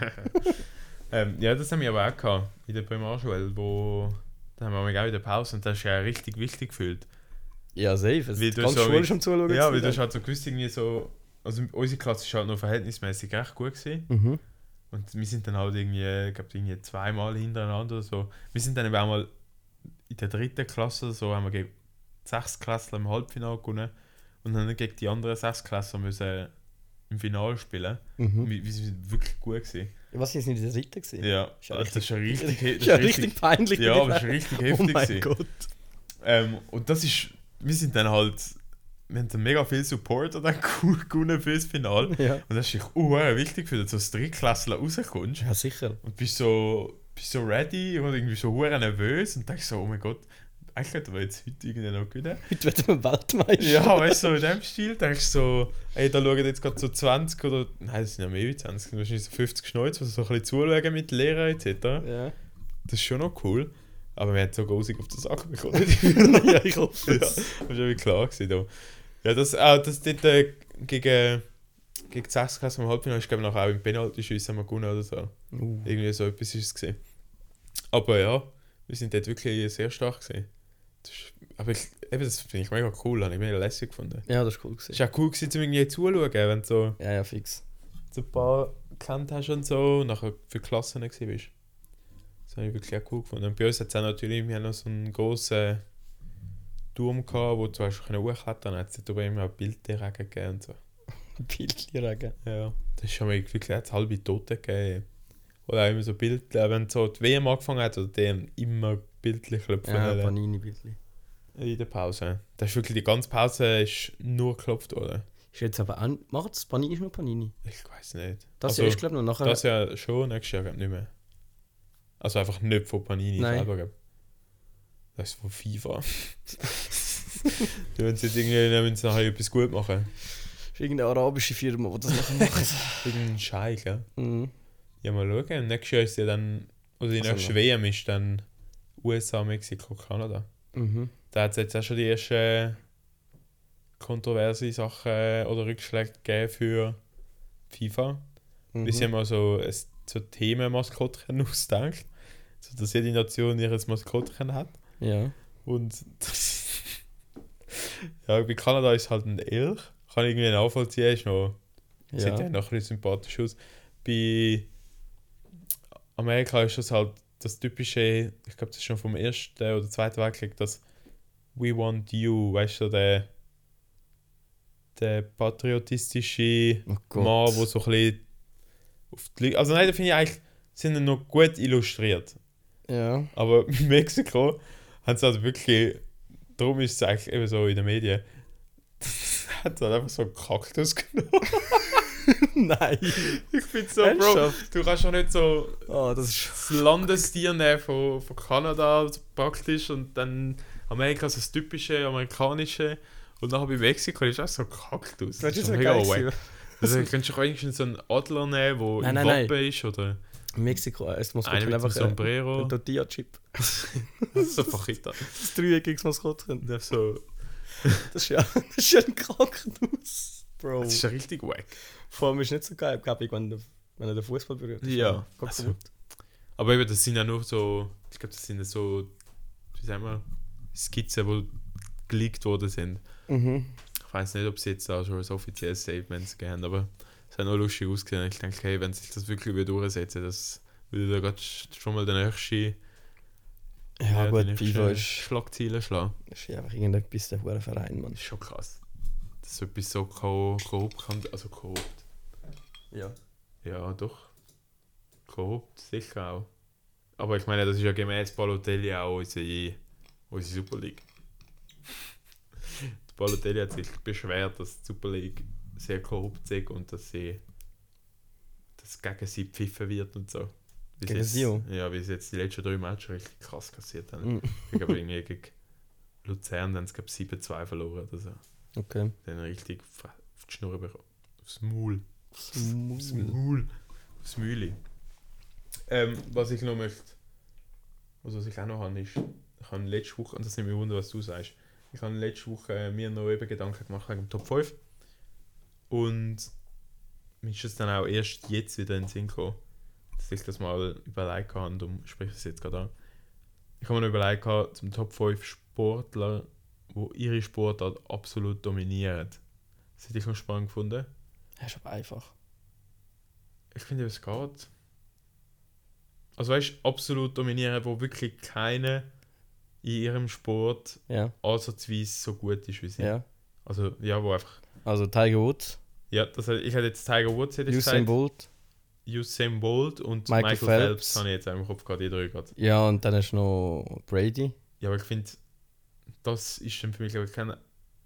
ähm, ja, das haben wir aber auch gehabt. In der Primarschule, wo. Da haben wir auch in der Pause und das ist ja richtig wichtig gefühlt. Ja, safe. Es Weil die du ganze so Schule mit- ist am Zuschauen. Ja, weil gewesen du hast halt so gewusst, irgendwie so. Also, unsere Klasse ist halt noch verhältnismäßig recht gut gewesen. dann. Mhm. Und wir sind dann halt irgendwie, ich glaube, irgendwie zweimal hintereinander oder so. Wir sind dann eben auch mal in der dritten Klasse oder so, haben wir gegen Sechstklässler im Halbfinale gewonnen. Und dann gegen die anderen Sechstklässler müssen im Finale spielen. Mhm. Wir, wir sind wirklich gut gewesen. Was ist nicht in der dritten gewesen? Ja, Ist ja das ist schon richtig, das ist ja richtig peinlich. ja, aber das ist richtig Oh heftig mein gewesen. Gott. Ähm, und das ist, wir sind dann halt, wir haben dann mega viel Support und dann cool gewonnen fürs Finale. Ja. Und das ist echt uh, wichtig, für dass du als Drittklässler rauskommst. Ja, sicher. Und bist so, bist so ready und irgendwie so hure nervös und denkst so, oh mein Gott, eigentlich könnten wir jetzt heute irgendwie noch gewinnen. Heute werden wir Weltmeister. Ja, weißt du, so in dem Stil denkst du so, ey, da schauen jetzt gerade so zwanzig oder, nein, das sind ja mehr wie zwanzig, wahrscheinlich so fünfzig Schnäuze, die so ein bisschen zuschauen mit Lehrern et cetera. Ja. Das ist schon noch cool. Aber wir haben so grusig auf den Sack bekommen. Ja, ich hoffe Ja, das es. war schon wie klar gewesen, da. Ja, das, auch das dort äh, gegen, gegen die sechs Klasse im Halbfinale, ich glaube nachher auch im Penalty-Schüsse haben wir gewonnen oder so. Uh. Irgendwie so etwas ist es gesehen. Aber ja, wir sind dort wirklich sehr stark gesehen. Aber ich, eben, das finde ich mega cool, habe ich mega lässig gefunden. Ja, das war cool. Es Gewesen. war auch cool gewesen, um irgendwie zuzuschauen, wenn du so, Ja, ja, fix. so ein paar gekannt hast und so und nachher für Klassen gewesen bist. Das habe ich wirklich auch cool gefunden. Und bei uns hat es auch natürlich, wir haben noch so einen grossen Turm gehabt, wo du hast hochklettern konntest. Dann hat es dort immer auch Bildregen gegeben und so. Bildchen. Ja, das ist schon mal wirklich hat's halbe Tote gegeben. Oder auch immer so Bildchen, wenn so die W M angefangen hat, oder die haben immer Bildchen klopfen Ja, wollen Panini-Bildchen. in der Pause. Das ist wirklich, die ganze Pause ist nur geklopft worden. Ist jetzt aber an. Macht das Panini ist nur Panini? Ich weiß nicht. Das Also, ja ist, glaube ich, noch nachher. Das ja schon, nächstes Jahr glaub ich, nicht mehr. Also einfach nicht von Panini Nein. selber. Glaub. Das ist von FIFA. Die wollen jetzt irgendwie dann müssen sie nachher etwas gut machen. ist irgendeine arabische Firma, die das nachher macht. Irgendein Scheich, ja. Mhm. Ja, mal schauen. Und nächstes Jahr ist ja dann, oder die Also nächste noch. W M ist dann U S A, Mexiko, Kanada. Mhm. Da hat es jetzt auch schon die ersten kontroverse Sachen oder Rückschläge gegeben für FIFA. Mhm. Wir haben mal so, ein, so Themenmaskottchen ausgedacht, sodass jede Nation ihr Maskottchen hat. Ja. Und das ja, bei Kanada ist halt ein Elch. Kann ich irgendwie nachvollziehen, ist noch, sieht ja Ja. noch ein bisschen sympathisch aus. Bei Amerika ist das halt das typische, ich glaube, das ist schon vom ersten oder zweiten Weltkrieg, das We want you, weißt du, der der patriotistische Oh Gott. Mann, der so ein bisschen auf die Leute... Also nein, da finde ich eigentlich, sind noch gut illustriert. Ja. Aber in Mexiko haben sie halt wirklich... Darum ist es eigentlich eben so in den Medien. Hat halt einfach so einen Kaktus genommen. Nein. Ich finde so, Ernsthaft? Bro, du kannst doch nicht so Oh, das ist... das Landestier nehmen von, von Kanada so praktisch und dann Amerika so das typische amerikanische und nachher bei Mexiko ist auch so ein Kaktus. Das ist so so mega geil wack. gewesen. Also könntest du eigentlich so einen Adler nehmen, der Nein, im nein, Wappen ist oder Mexiko, es muss einen mit einem einfach ein Sombrero. Tortilla-Chip. So Fajita. Das dreieckiges Maskottchen. Das ist so... Das ist ja, das ist ja ein Kaktus. Bro. Das ist ja richtig wack. Vor allem ist es nicht so geil, glaube ich, wenn, der- wenn er den Fußball berührt. Das ist Ja, Gott also- kaputt. Aber eben, das sind ja nur so... Ich glaube, das sind ja so... Wie sagen wir? Skizzen, die geleakt worden sind. Mhm. Ich weiß nicht, ob sie jetzt da schon ein offizielles Statement gegeben haben, aber es hat noch lustig ausgesehen. Ich denke, hey, wenn sich das wirklich wieder durchsetzen, das würde da gerade schon mal der nächste, Ja, die gut, nächste FIFA ist, Schlagziele schlagen. ist ja einfach irgendetwas der hohe Verein, Mann. Das ist schon krass. Dass so etwas so ko- korrupt kann, also korrupt. Ja. Ja, doch. Korrupt, sicher auch. Aber ich meine, das ist ja gemäß Balotelli auch unsere, unsere Super League. Die Balotelli hat sich beschwert, dass die Super League sehr korrupt ist und dass sie dass gegen sie pfiffen wird und so. Wie Gegen jetzt, sie auch? Ja, wie sie jetzt die letzten drei Matches richtig krass kassiert haben. Mhm. Ich glaube, irgendwie gegen Luzern haben sie glaub, sieben zwei verloren oder so. Okay. Dann richtig auf auf die Schnur bekommen. Aufs Maul. Aufs Smooth. Maul. Aufs Mühle. Ähm, was ich noch möchte, also was ich auch noch habe, ist, ich habe letzte Woche, und das nimmt mich wunder, was du sagst, ich habe letzte Woche äh, mir noch eben Gedanken gemacht wegen dem Top fünf. Und mir ist es dann auch erst jetzt wieder in den Sinn gekommen, dass ich das mal überlegt habe, und darum spreche ich es jetzt gerade an. Ich habe mir noch überlegt, gehabt, zum Top fünf Sportler, die ihre Sportart absolut dominieren. Das hätte ich noch spannend gefunden. Das ist aber einfach. Ich finde, es geht. Also weißt du, absolut dominieren, wo wirklich keiner in ihrem Sport Ja. ansatzweise so gut ist wie sie. Ja. Also ja, wo einfach. Also Tiger Woods, Ja, das, hätte- ich hätte jetzt Tiger Woods hätte ich Usain gesagt, Bolt. Usain Bolt und Michael Michael, Phelps. Phelps habe ich jetzt auch im Kopf gehabt, die drei gerade. Ja, und dann ist noch Brady. Ja, aber ich finde, das ist dann für mich aber kein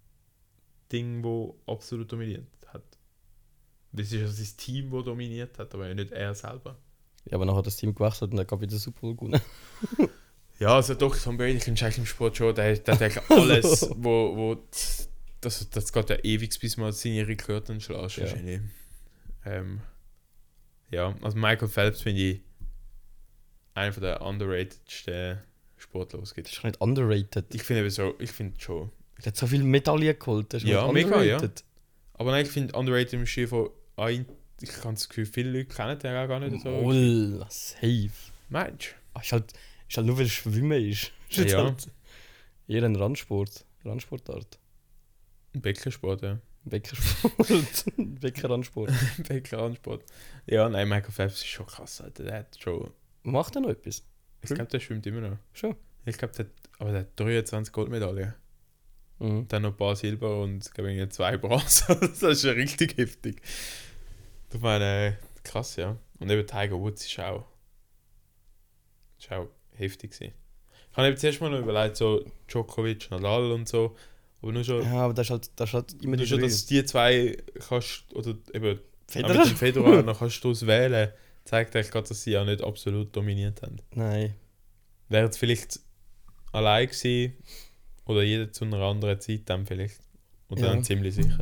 Ding, wo absolut dominiert hat. Das ist ja sein Team, das dominiert hat, aber nicht er selber. Ja, aber nachher hat das Team gewechselt und dann gab ich den Super Bowl gewonnen. Ja, also doch, Tom Brady kennst du eigentlich im Sport schon, der, der hat eigentlich alles, wo, wo das, das geht ja ewig, bis man seine Rekorde schlägt, Ja. wahrscheinlich. Ähm, ja, also Michael Phelps finde ich einer der underratedsten Sportler, was es Das gibt. ist nicht underrated. Ich finde eben so, ich finde schon. Der hat so viele Medaillen geholt. Das ist Ja, nicht mega, ja. underrated. Aber nein, ich finde underrated im Stil von, ah, ich habe das Gefühl, viele Leute kennen den auch gar nicht so. Moll, safe. Mensch. Ah, ist, halt, ist halt nur, weil es Schwimmen ist. Ist jetzt Ja. halt eher ein Randsport. Randsportart. Beckensport, ja. Beckersport. Beckerrandsport. Beckensport. Ja, nein, Michael Phelps ist schon krass, Alter. Der hat schon. Macht er noch etwas? Ich glaube, der schwimmt immer noch. Schon. Ich glaube, der, hat- aber der hat dreiundzwanzig Goldmedaillen. Mhm. Dann noch ein paar Silber und ich glaube, irgendwie zwei Bronze. Das ist ja richtig heftig. Ich meine, krass, ja. Und eben Tiger Woods ist auch. Ist auch heftig gewesen. Ich habe eben zuerst mal noch überlegt, so Djokovic, Nadal und so. Aber nur schon, Ja, aber das ist halt, das ist halt immer nur die schon drei. dass die zwei kannst, oder eben Federer? auch mit dem Federer noch kannst du auswählen, zeigt eigentlich gerade, dass sie ja nicht absolut dominiert haben. Nein. Wäre es vielleicht allein gewesen oder jeder zu einer anderen Zeit dann vielleicht. Und Ja. dann ziemlich sicher.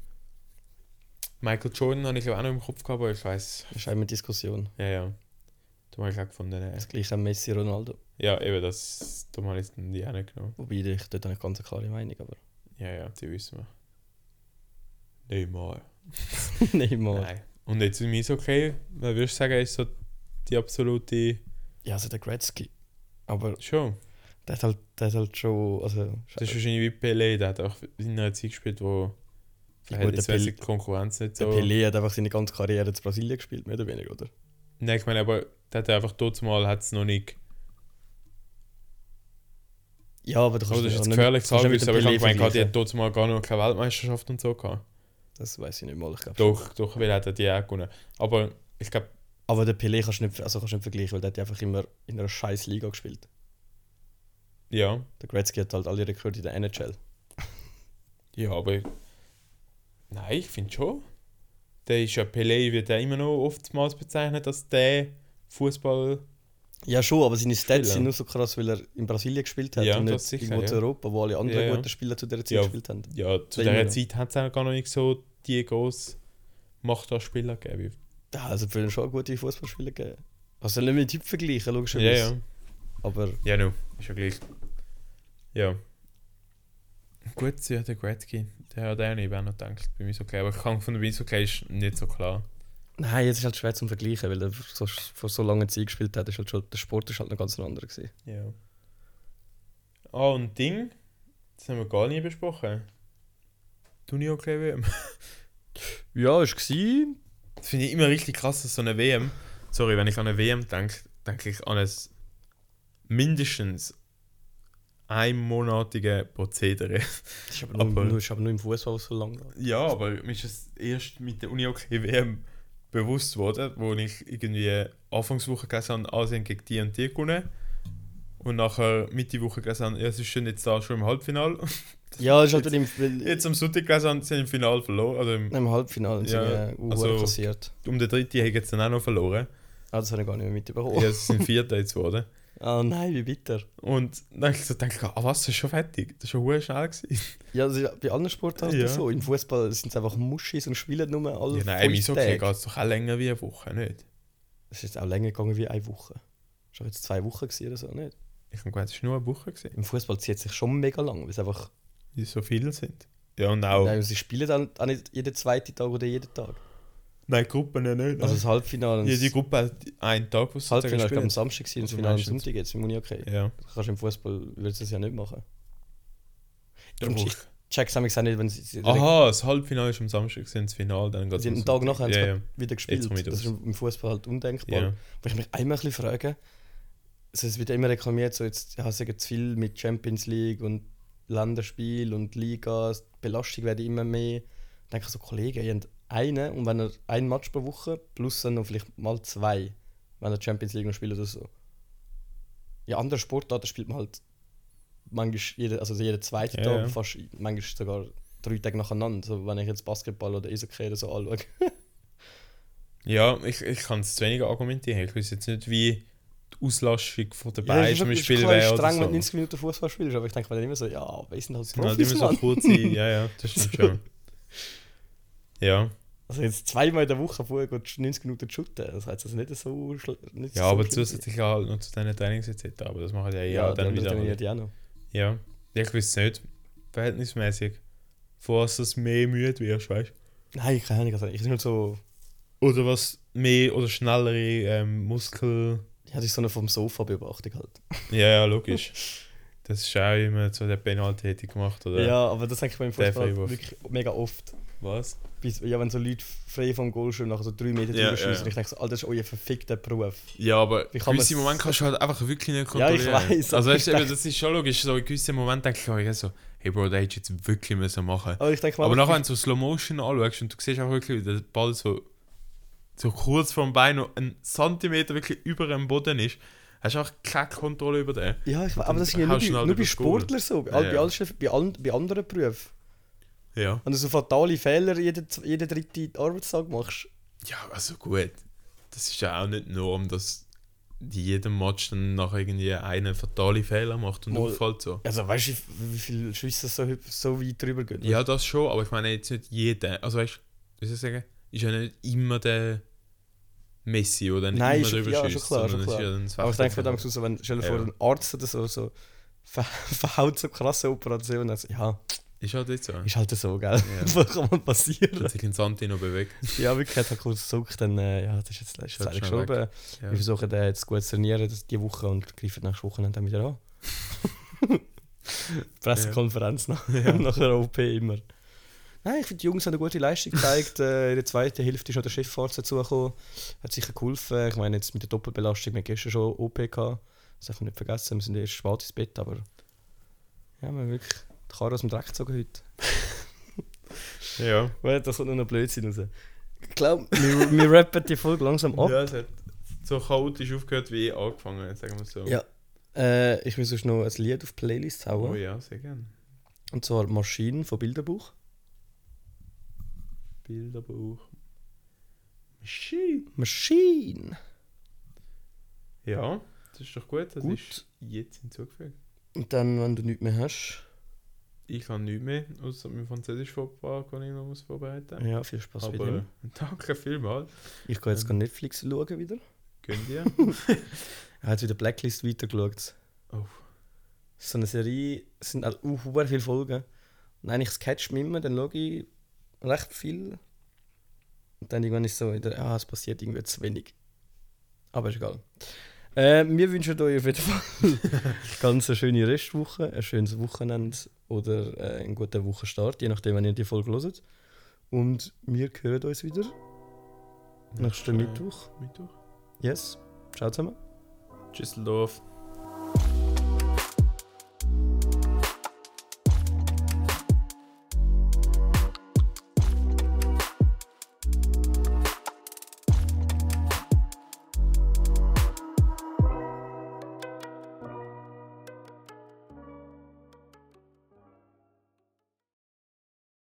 Michael Jordan habe ich glaube auch noch im Kopf gehabt, aber ich weiß. Das ist auch immer Diskussion. Ja, ja. Da habe ich auch gefunden. Äh, Das gleiche an Messi, Ronaldo. ja, eben, das da habe ich dann die auch nicht genommen. Wobei ich dort eine ganz klare Meinung, aber Ja, ja, die wissen wir. Neymar. Neymar. Nein. Und jetzt im Eishockey, was würdest du sagen, ist so die absolute. Ja, also der Gretzky. Aber Schon. der hat halt, der hat halt schon. Also, Das ist wahrscheinlich wie Pelé, der hat auch in einer Zeit gespielt, wo Ja, gut, der verhältnismäßig Pel- die Konkurrenz nicht der so. Pelé hat einfach seine ganze Karriere in Brasilien gespielt, mehr oder weniger, oder? Nein, ich meine, aber der hat einfach dort mal hat's noch nicht. Ja, aber du Aber kannst das ist ja jetzt nicht- gefährlich kannst zu ja sagen, mit dem aber ich habe Pelé gemeint, die hat vergleichen. dort mal gar noch keine Weltmeisterschaft und so gehabt. Das weiß ich nicht mal. Ich glaub, Doch, doch, weil er hat die auch gewonnen. Aber ich glaube, aber den Pelé kannst du nicht, also kannst du nicht vergleichen, weil der hat ja einfach immer in einer scheiß Liga gespielt. ja. Der Gretzky hat halt alle Rekorde in der N H L. Ja, aber. Nein, ich finde schon. Der ist ja Pelé, wird ja immer noch oftmals bezeichnet als der Fußball. Ja schon, aber seine Stats Spieler. sind nur so krass, weil er in Brasilien gespielt hat Ja, und das nicht sicher, irgendwo ja. zu Europa, wo alle anderen Ja, ja. guten Spieler zu dieser Zeit Ja. gespielt haben. Ja, zu Immer dieser noch. Zeit hat es auch gar noch nicht so die grosse Macht an Spieler gegeben. Ja, also für ihn schon gute Fußballspieler gegeben. Also nicht mit Typ vergleichen, Ja, logischerweise. ja. Aber Ja, no, ist ja gleich. Ja. Gut, ja, der Gretzky, der hat auch nicht auch noch gedacht, bei mir so okay. Aber ich kann von der Eishockey ist nicht so klar. nein, jetzt ist halt schwer zum Vergleichen, weil er so, vor so langer Zeit gespielt hat. Ist halt schon, der Sport ist halt noch ganz ein anderer gewesen. Ja. Ah, und Ding, das haben wir gar nicht besprochen. Du nicht okay W M? Ja, ist gsi. Das finde ich immer richtig krass, dass so eine W M, sorry, wenn ich an eine W M denke, denke ich an ein mindestens einmonatige Prozedere. Das ist aber, Aber- nur, nur, ist aber nur im Fußball so lang. geht. Ja, aber mir ist es erst mit der Uni-Hockey-W M bewusst worden, wo ich irgendwie Anfangswoche gelesen habe, Asien gegen die und die gewonnen. Und nachher Mitte der Woche gelesen habe, ja, sie stehen jetzt da schon im Halbfinale. Ja, ist halt im, weil, Jetzt am Sonntag gelesen haben, sie haben im Finale verloren. Also im, im Halbfinale Ja, ja, sind wir also- also, kassiert. um den dritten haben jetzt dann auch noch verloren. Ah, das habe ich gar nicht mehr mitbekommen. Ja, sie sind Vierter jetzt geworden. Ah nein, wie bitter. Und dann ich so denke, ah was, das ist schon fertig. Das war schon verdammt schnell gewesen. Ja, also bei allen Sportarten Ja. so. Im Fußball sind es einfach Muschis und spielen nur alle Ja, nein, im fünf Eishockey Tage. geht es doch auch länger wie eine Woche, nicht? Es ist jetzt auch länger gegangen wie eine Woche. Es war jetzt zwei Wochen gewesen oder so, nicht? Ich habe gedacht, es war nur eine Woche, gewesen, Im Fußball zieht es sich schon mega lang, weil es einfach... wie so viele sind. Ja, und auch. Nein, sie spielen dann auch nicht jeden zweiten Tag oder jeden Tag. Nein, Gruppen ja nicht. Also das Halbfinale und Jede das, Gruppe hat einen Tag, wo das sie Halbfinale ist glaube ich spielen. am Samstag gewesen und das Also Finale am meistens. Sonntag jetzt im Uni-Okay. Ja. Das kannst du im Fußball, würdest du das ja nicht machen. Darum Doch. ich check's auch nicht, wenn sie... sie Aha, das Halbfinale ist am Samstag, sind das Finale, dann geht Sie haben einen Tag nachher haben sie ja, grad ja. wieder gespielt. Jetzt komme ich Das ist draus. im Fußball halt undenkbar. Ja. Wo ich mich einmal ein bisschen frage, also es wird ja immer reklamiert, so jetzt ja, sagen zu viel mit Champions League und Länderspiel und Ligas, die Belastung wird immer mehr. Ich denke so, Kollegen, ihr habt einen und wenn er ein Match pro Woche plus dann noch vielleicht mal zwei, wenn er Champions League noch spielt oder so. Ja, andere Sportarten spielt man halt manchmal jeden, also jeden zweiten Ja, Tag, ja. fast manchmal sogar drei Tage nacheinander, so, wenn ich jetzt Basketball oder Eishockey oder so anschaue. Ja, ich, ich kann es zu wenig argumentieren. Ich weiß jetzt nicht, wie die Auslastung von der Ja, beiden ist, im ist Spiel klar, wäre ist oder streng, so. wenn du neunzig Minuten Fußball spielst, aber ich denke mir dann immer so, ja, wir sind halt sind halt Profis, immer so Mann. kurze, ja, ja, das stimmt schon. Ja, Also jetzt zweimal in der Woche vorher gehst du neunzig Minuten shooten, das heißt also nicht so schl- nicht ja so aber schlimm. zusätzlich halt noch zu diesen Trainings et cetera. Aber das machen ja, ja, ja, dann wieder. trainiert alle. die auch noch. Ja, ich weiß es nicht. Verhältnismäßig. Vor dass du mehr müde wirst, weißt Nein, ich kann nicht sagen. Ich bin halt so, du? Oder was mehr oder schnellere ähm, Muskel. ja, das ist so eine vom Sofa Beobachtung halt. Ja, ja, logisch. Das ist auch immer so der Penalty hätte ich gemacht, oder? Ja, aber das denke ich mir im Der Fußball halt Freiwurf. wirklich mega oft. Was? Bis, ja, wenn so Leute frei vom Goal schon nach so drei Meter Ja, drüber schießen, ja. ich denke so, Alter, das ist euer verfickter Beruf. Ja, aber Wie in kann gewissen man's- Momenten kannst du halt einfach wirklich nicht Ja, ich kontrollieren. weiss, Also aber weißt ich du, denk- das ist schon logisch. So in gewissen Momenten denke ich auch so, hey Bro, der hättest du jetzt wirklich müssen machen. Aber ich denke mal, Aber nachher, wenn du so Slow Motion anschaust und du siehst auch wirklich, wie der Ball so, so kurz vor dem Bein noch einen Zentimeter wirklich über dem Boden ist, hast du auch keine Kontrolle über den. ja, ich, dann aber das ist ja nur haust du bei, ihn halt nur bei übers Goal. Sportlern so. Bei, Ja, all- ja. bei, allen- bei, allen- bei anderen Berufen. Ja. Wenn du so fatale Fehler jeden, jeden dritten Arbeitstag machst. Ja, also gut. Das ist ja auch nicht Norm, dass die jedem Match dann nachher irgendwie einen fatalen Fehler macht und Mal- auffällt so. Also weißt du, wie viele Schüsse so, so weit drüber gehen? Ja, das schon, aber ich meine jetzt nicht jeder. Also weißt du, wie soll ich sagen, ist ja nicht immer der Messi, der dann Nein, immer ist- drüber ja, schießt, schon klar, sondern schon es ist klar. ja dann das Aber ich denke mir Wechseln. dann so, wenn stell dir Ja. vor, ein Arzt oder so, so ver- verhaut so krasse Operationen, also, ja, Ist halt nicht so. ist halt so, gell? Ja. Was kann mal passieren? Hat sich ein Santino bewegt. Ja, wirklich, hat er kurz gezuckt, dann, äh, ja, das ist jetzt, das ist jetzt Schaut eigentlich schnell gestorben. Ja. Wir versuchen den jetzt gut zu trainieren, das, die Woche, und greifen nächste Woche dann wieder an. Pressekonferenz nach, nach der O P immer. Nein, ich finde, die Jungs haben eine gute Leistung gezeigt. Äh, in der zweiten Hälfte ist noch der Chefarzt dazugekommen. Hat sicher geholfen. Ich meine, jetzt mit der Doppelbelastung, wir haben gestern schon O P gehabt. Das darf man nicht vergessen, wir sind erst spät ins Bett, aber ja, wir haben wirklich die Karre aus dem Dreck gezogen heute. Ja. Weil das kommt noch Blödsinn raus. Ich glaube, wir, wir rappen die Folge langsam ab. Ja, es hat so chaotisch aufgehört, wie ich angefangen habe, sagen wir so. Ja. Äh, ich will sonst noch ein Lied auf die Playlist hauen. Oh ja, sehr gerne. Und zwar Maschinen von Bilderbuch. Bilderbuch. Maschine. Maschine. Ja, das ist doch gut. Das Gut. ist jetzt hinzugefügt. Und dann, wenn du nichts mehr hast, Ich kann nichts mehr, außer mein Französisch Vortrag, den ich noch muss vorbereiten muss. ja, viel Spaß bei Aber dem. äh, danke vielmals. Ich gehe jetzt ähm, ähm, Netflix schauen wieder. Gönnt ihr? Er hat wieder Blacklist weitergeschaut. Oh. So eine Serie, es sind auch uh, sehr viele Folgen. Und eigentlich, es catcht mich immer, dann schaue ich recht viel. Und dann irgendwann ist so wieder, ah, es passiert irgendwie zu wenig. Aber ist egal. Äh, wir wünschen euch auf jeden Fall ganz eine schöne Restwoche, ein schönes Wochenende oder äh, einen guten Wochenstart, je nachdem, wenn ihr die Folge hört. Und wir hören uns wieder nächsten Nächsten Mittwoch. Mittwoch. Yes. Ciao zusammen. Tschüsseldorf.